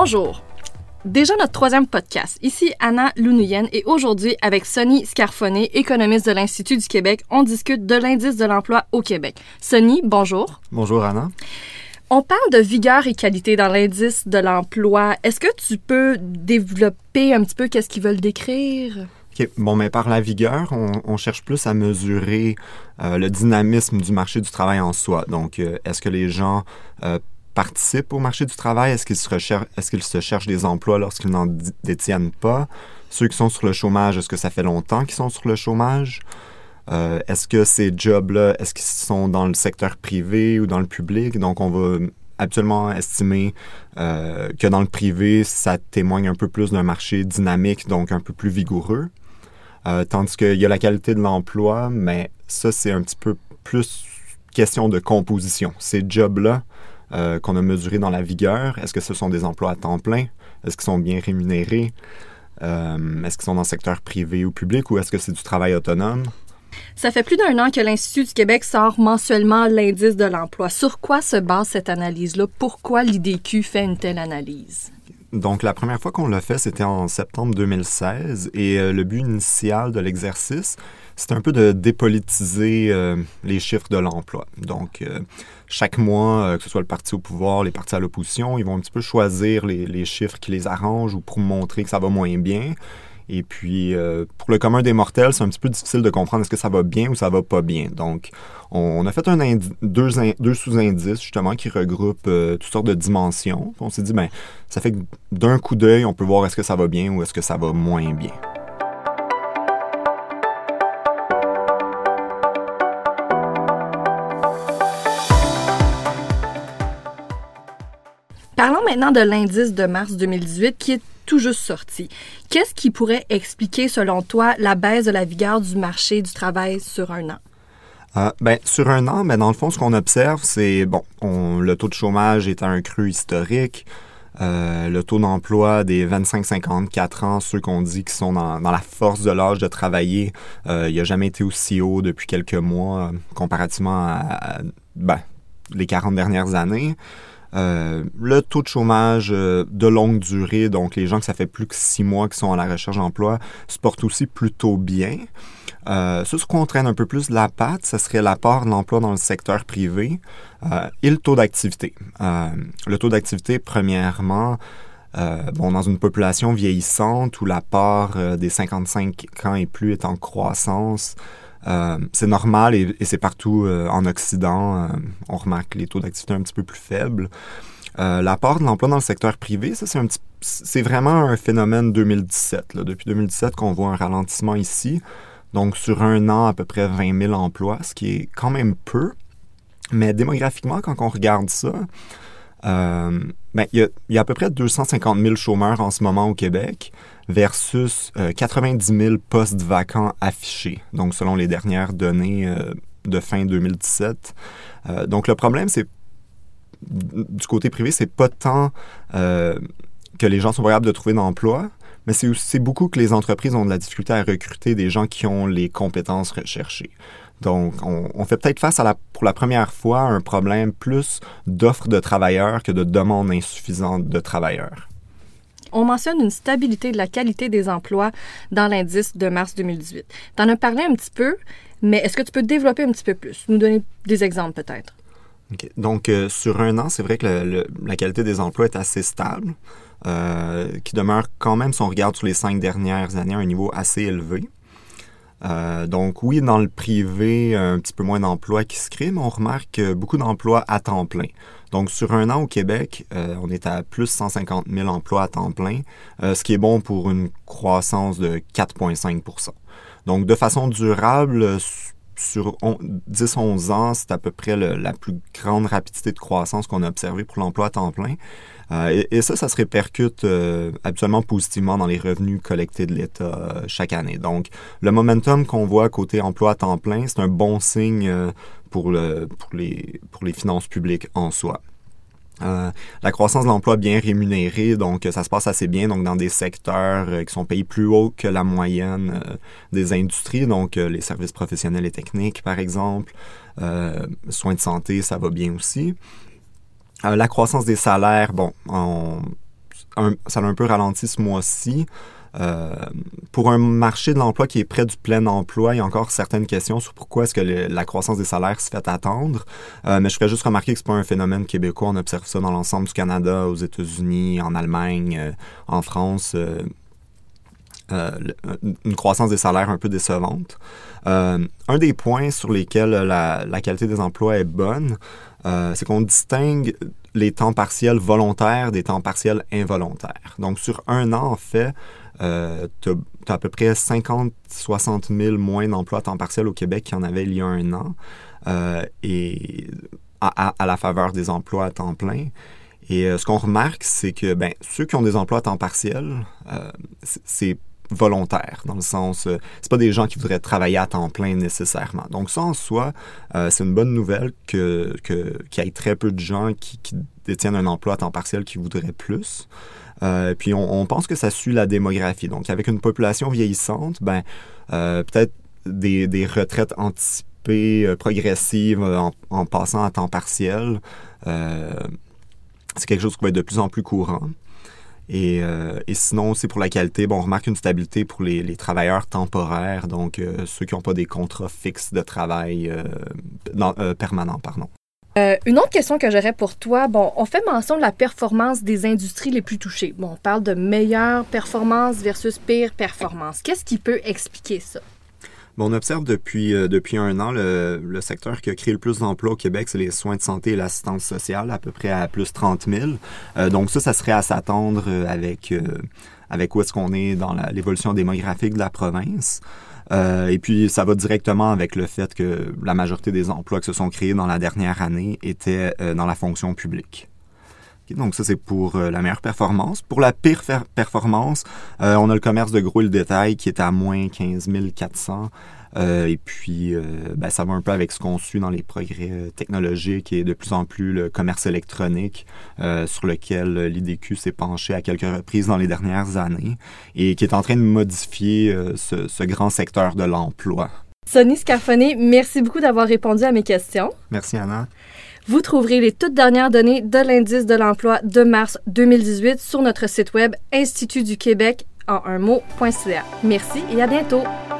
Bonjour! Déjà notre troisième podcast. Ici Anna Lounuyen et aujourd'hui, avec Sonny Scarfoné, économiste de l'Institut du Québec, on discute de l'indice de l'emploi au Québec. Sonny, bonjour. Bonjour Anna. On parle de vigueur et qualité dans l'indice de l'emploi. Est-ce que tu peux développer un petit peu qu'est-ce qu'ils veulent décrire? OK. Bon, mais par la vigueur, on cherche plus à mesurer le dynamisme du marché du travail en soi. Donc, est-ce que les gens participent au marché du travail? Est-ce qu'ils se cherchent des emplois lorsqu'ils n'en détiennent pas? Ceux qui sont sur le chômage, est-ce que ça fait longtemps qu'ils sont sur le chômage? Est-ce que ces jobs-là, est-ce qu'ils sont dans le secteur privé ou dans le public? Donc, on va habituellement estimer que dans le privé, ça témoigne un peu plus d'un marché dynamique, donc un peu plus vigoureux. Tandis qu'il y a la qualité de l'emploi, mais ça, c'est un petit peu plus question de composition. Ces jobs-là qu'on a mesurés dans la vigueur, est-ce que ce sont des emplois à temps plein? Est-ce qu'ils sont bien rémunérés? Est-ce qu'ils sont dans le secteur privé ou public ou est-ce que c'est du travail autonome? Ça fait plus d'1 an que l'Institut du Québec sort mensuellement l'indice de l'emploi. Sur quoi se base cette analyse-là? Pourquoi l'IDQ fait une telle analyse? Donc, la première fois qu'on l'a fait, c'était en septembre 2016 et le but initial de l'exercice, c'était un peu de dépolitiser les chiffres de l'emploi. Donc, chaque mois, que ce soit le parti au pouvoir, les partis à l'opposition, ils vont un petit peu choisir les chiffres qui les arrangent ou pour montrer que ça va moins bien. Et puis, pour le commun des mortels, c'est un petit peu difficile de comprendre est-ce que ça va bien ou ça va pas bien. Donc, on a fait deux sous-indices, justement, qui regroupent toutes sortes de dimensions. On s'est dit, bien, ça fait que d'un coup d'œil, on peut voir est-ce que ça va bien ou est-ce que ça va moins bien. Parlons maintenant de l'indice de mars 2018 qui est tout juste sorti. Qu'est-ce qui pourrait expliquer, selon toi, la baisse de la vigueur du marché du travail sur 1 an? Sur 1 an, dans le fond, ce qu'on observe, c'est, le taux de chômage est à un creux historique. Le taux d'emploi des 25-54 ans, ceux qu'on dit qui sont dans la force de l'âge de travailler, il n'a jamais été aussi haut depuis quelques mois comparativement à les 40 dernières années. Le taux de chômage de longue durée, donc les gens que ça fait plus que 6 mois qui sont à la recherche d'emploi, se portent aussi plutôt bien. Ce qu'on traîne un peu plus de la patte, ce serait l'apport de l'emploi dans le secteur privé et le taux d'activité. Le taux d'activité, premièrement, dans une population vieillissante où l'apport des 55 ans et plus est en croissance, c'est normal et c'est partout en Occident. On remarque les taux d'activité un petit peu plus faibles. L'apport de l'emploi dans le secteur privé, ça, c'est vraiment un phénomène 2017. Là. Depuis 2017 qu'on voit un ralentissement ici. Donc, sur 1 an, à peu près 20 000 emplois, ce qui est quand même peu. Mais démographiquement, quand on regarde ça, il y a à peu près 250 000 chômeurs en ce moment au Québec versus 90 000 postes vacants affichés, donc selon les dernières données de fin 2017. Donc le problème, c'est du côté privé, c'est pas tant que les gens sont capables de trouver d'emploi, mais c'est beaucoup que les entreprises ont de la difficulté à recruter des gens qui ont les compétences recherchées. Donc, on fait peut-être face pour la première fois à un problème plus d'offres de travailleurs que de demandes insuffisantes de travailleurs. On mentionne une stabilité de la qualité des emplois dans l'indice de mars 2018. Tu en as parlé un petit peu, mais est-ce que tu peux développer un petit peu plus? Nous donner des exemples peut-être? OK. Donc, sur 1 an, c'est vrai que la qualité des emplois est assez stable, qui demeure quand même, si on regarde sur les 5 dernières années, à un niveau assez élevé. Donc oui, dans le privé, un petit peu moins d'emplois qui se créent, mais on remarque beaucoup d'emplois à temps plein. Donc sur 1 an au Québec, on est à plus 150 000 emplois à temps plein, ce qui est bon pour une croissance de 4,5 %. Donc de façon durable, sur 10-11 ans, c'est à peu près la plus grande rapidité de croissance qu'on a observée pour l'emploi à temps plein. Et ça se répercute absolument positivement dans les revenus collectés de l'État chaque année. Donc, le momentum qu'on voit côté emploi à temps plein, c'est un bon signe pour les finances publiques en soi. La croissance de l'emploi bien rémunéré, donc ça se passe assez bien, donc dans des secteurs qui sont payés plus haut que la moyenne des industries, donc les services professionnels et techniques, par exemple. Soins de santé, ça va bien aussi. La croissance des salaires, ça a un peu ralenti ce mois-ci. Pour un marché de l'emploi qui est près du plein emploi, il y a encore certaines questions sur pourquoi est-ce que la croissance des salaires se fait attendre. Mais je ferais juste remarquer que c'est pas un phénomène québécois. On observe ça dans l'ensemble du Canada, aux États-Unis, en Allemagne, en France. Une croissance des salaires un peu décevante. Un des points sur lesquels la qualité des emplois est bonne, c'est qu'on distingue les temps partiels volontaires des temps partiels involontaires. Donc, sur un an, en fait, tu as à peu près 50-60 000 moins d'emplois à temps partiel au Québec qu'il y en avait il y a un an, et à la faveur des emplois à temps plein. Et ce qu'on remarque, c'est que ceux qui ont des emplois à temps partiel, c'est volontaire, dans le sens, c'est pas des gens qui voudraient travailler à temps plein nécessairement. Donc ça, en soi, c'est une bonne nouvelle qu'il y ait très peu de gens qui détiennent un emploi à temps partiel qui voudraient plus. Puis on pense que ça suit la démographie. Donc avec une population vieillissante, peut-être des retraites anticipées, progressives en passant à temps partiel, c'est quelque chose qui va être de plus en plus courant. Et sinon, aussi pour la qualité, on remarque une stabilité pour les travailleurs temporaires, donc ceux qui n'ont pas des contrats fixes de travail permanents, pardon. Une autre question que j'aurais pour toi, on fait mention de la performance des industries les plus touchées. On parle de meilleure performance versus pire performance. Qu'est-ce qui peut expliquer ça? On observe depuis un an, le secteur qui a créé le plus d'emplois au Québec, c'est les soins de santé et l'assistance sociale, à peu près à plus 30 000. Donc ça serait à s'attendre avec où est-ce qu'on est dans l'évolution démographique de la province. Et puis, ça va directement avec le fait que la majorité des emplois qui se sont créés dans la dernière année étaient dans la fonction publique. Okay, donc ça, c'est pour la meilleure performance. Pour la pire performance, on a le commerce de gros et le détail qui est à moins 15 400. Et puis, ça va un peu avec ce qu'on suit dans les progrès technologiques et de plus en plus le commerce électronique sur lequel l'IDQ s'est penché à quelques reprises dans les dernières années et qui est en train de modifier ce grand secteur de l'emploi. Sonny Scarfonnet, merci beaucoup d'avoir répondu à mes questions. Merci, Anna. Vous trouverez les toutes dernières données de l'indice de l'emploi de mars 2018 sur notre site web institutduquebec en un mot.ca. Merci et à bientôt!